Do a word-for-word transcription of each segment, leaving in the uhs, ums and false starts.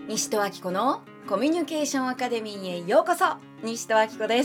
西戸明子のコミュニケーションアカデミーへようこそ。西戸明子です。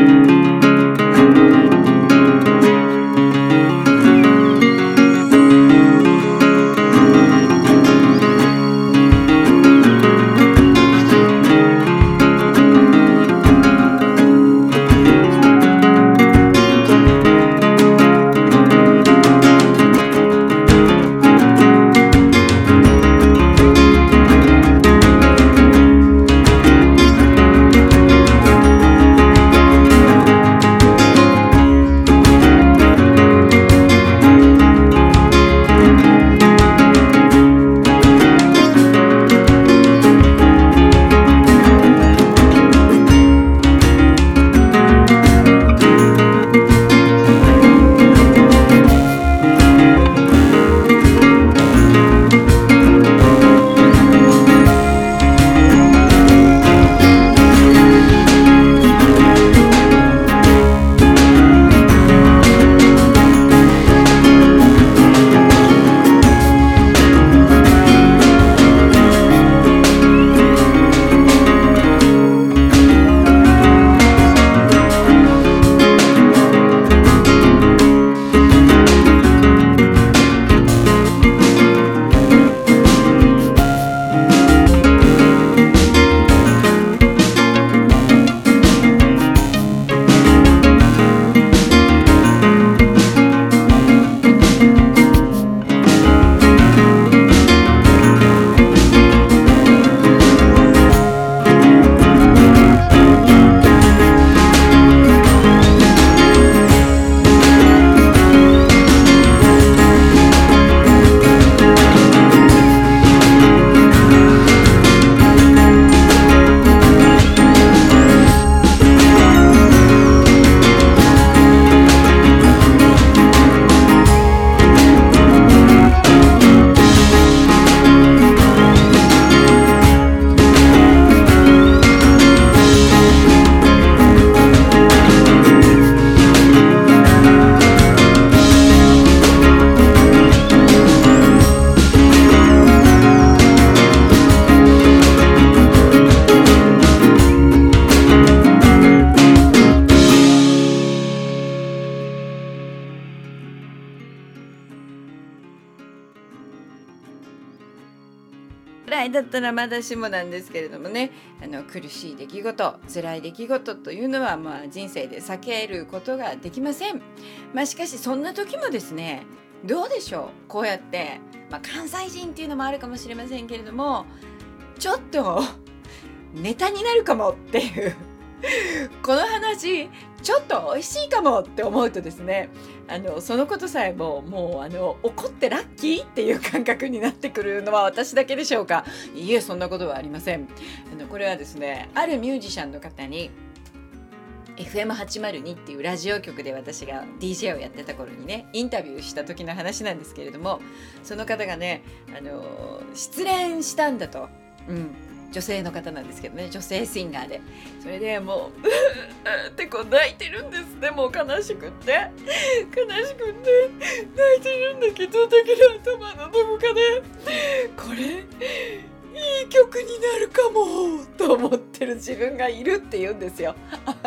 くらいだったらまだしもなんですけれどもね、あの苦しい出来事、辛い出来事というのは、まあ、人生で避けることができません。まあ、しかしそんな時もですね、どうでしょう、こうやって、まあ、関西人っていうのもあるかもしれませんけれども、ちょっとネタになるかもっていうこの話ちょっと美味しいかもって思うとですね、あのそのことさえももうあの怒ってラッキーっていう感覚になってくるのは私だけでしょうか。いいえ、そんなことはありません。あのこれはですね、あるミュージシャンの方に エフエムはちまるに っていうラジオ局で私が ディージェー をやってた頃にね、インタビューした時の話なんですけれども、その方がね、あの失恋したんだと、うん、女性の方なんですけどね、女性シンガーで、それでもううってこう泣いてるんですね。もう悲しくって悲しくって泣いてるんだけど、だけど頭のどこかでこれいい曲になるかもと思ってる自分がいるって言うんですよ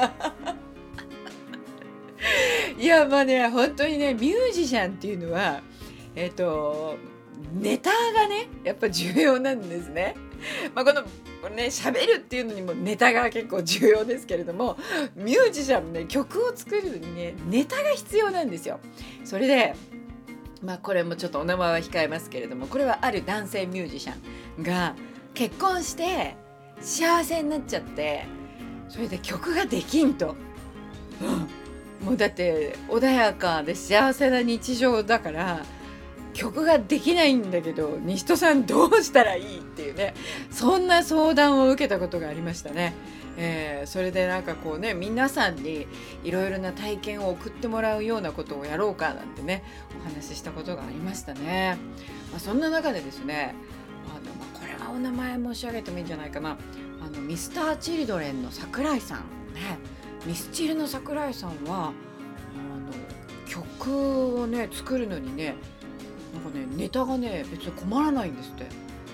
いやまあね、本当にね、ミュージシャンっていうのはえっとネタがねやっぱ重要なんですね。まあ、このこれね、喋るっていうのにもネタが結構重要ですけれども、ミュージシャンもね、曲を作るのにね、ネタが必要なんですよ。それでまあこれもちょっとお名前は控えますけれども、これはある男性ミュージシャンが結婚して幸せになっちゃって、それで曲ができんと、うん、もうだって穏やかで幸せな日常だから曲ができないんだけど、西戸さんどうしたらいいっていうね、そんな相談を受けたことがありましたね。えー、それでなんかこうね、皆さんにいろいろな体験を送ってもらうようなことをやろうかなんてね、お話ししたことがありましたね。まあ、そんな中でですね、あの、まあ、これはお名前申し上げてもいいんじゃないかな、あのミスターチルドレンの桜井さんね、ミスチルの桜井さんはあの曲をね作るのにね、なんかね、ネタがね別に困らないんですって。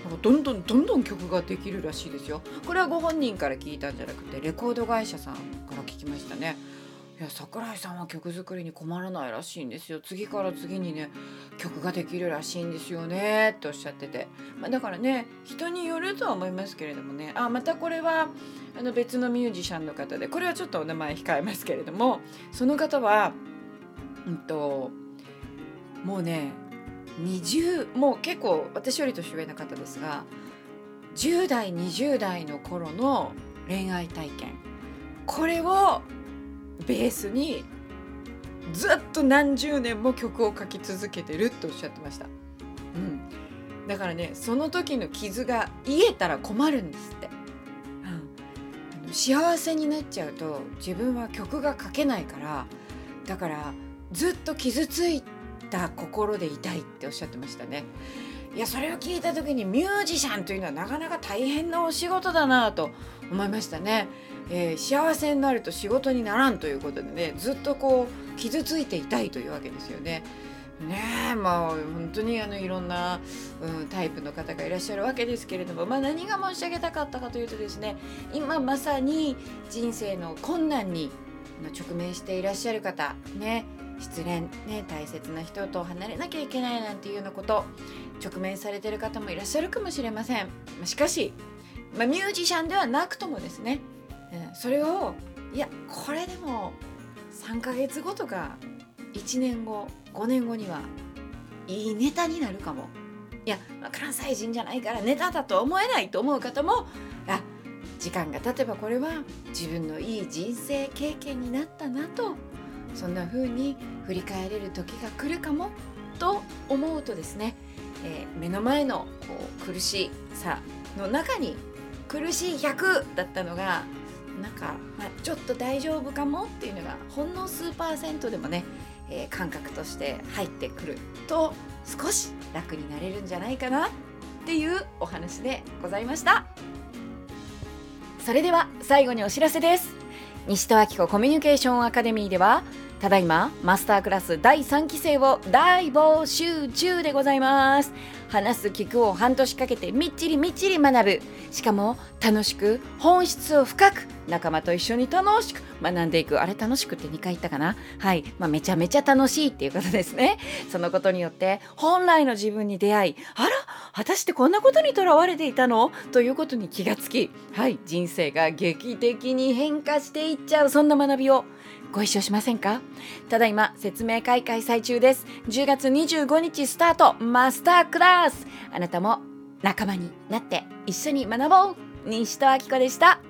なんかどんどんどんどん曲ができるらしいですよ。これはご本人から聞いたんじゃなくてレコード会社さんから聞きましたね。いや、桜井さんは曲作りに困らないらしいんですよ。次から次にね曲ができるらしいんですよねっておっしゃってて、まあ、だからね人によるとは思いますけれどもね、あまたこれはあの別のミュージシャンの方で、これはちょっとお名前控えますけれども、その方は、うんと、もうねにじゅうもう結構私より年上の方ですが、じゅう代にじゅう代の頃の恋愛体験、これをベースにずっと何十年も曲を書き続けてるっておっしゃってました。うん、だからねその時の傷が癒えたら困るんですって、うん、あの幸せになっちゃうと自分は曲が書けないから、だからずっと傷ついた心でいたいっておっしゃってましたね。いや、それを聞いた時にミュージシャンというのはなかなか大変なお仕事だなと思いましたね。えー、幸せになると仕事にならんということでね、ずっとこう傷ついていたいというわけですよね。ねえ、まあ本当にあのいろんな、うん、タイプの方がいらっしゃるわけですけれども、まあ、何が申し上げたかったかというとですね、今まさに人生の困難に直面していらっしゃる方ね、失恋ね、大切な人と離れなきゃいけないなんていうようなこと直面されている方もいらっしゃるかもしれません。しかし、まあ、ミュージシャンではなくともですね、うん、それをいやこれでもさんかげつごとかいちねんごごねんごにはいいネタになるかも、いや、まあ、関西人じゃないからネタだと思えないと思う方も、あ時間が経てばこれは自分のいい人生経験になったなと、そんな風に振り返れる時が来るかもと思うとですね、えー、目の前のこう苦しさの中に苦しいひゃくだったのがなんか、まあ、ちょっと大丈夫かもっていうのがほんの数パーセントでもね、えー、感覚として入ってくると少し楽になれるんじゃないかなっていうお話でございました。それでは最後にお知らせです。西戸明子コミュニケーションアカデミーではただいまマスタークラスだいさんきせいを大募集中でございます。話す聞くを半年かけてみっちりみっちり学ぶ、しかも楽しく本質を深く仲間と一緒に楽しく学んでいく。あれ楽しくってにかい言ったかな。はい、まあ、めちゃめちゃ楽しいっていうことですね。そのことによって本来の自分に出会い、あら私ってこんなことにとらわれていたのということに気がつき、はい、人生が劇的に変化していっちゃう、そんな学びをご一緒しませんか。ただいま説明会開催中です。じゅうがつにじゅうごにちスタート、マスタークラス。あなたも仲間になって一緒に学ぼう。西戸明子でした。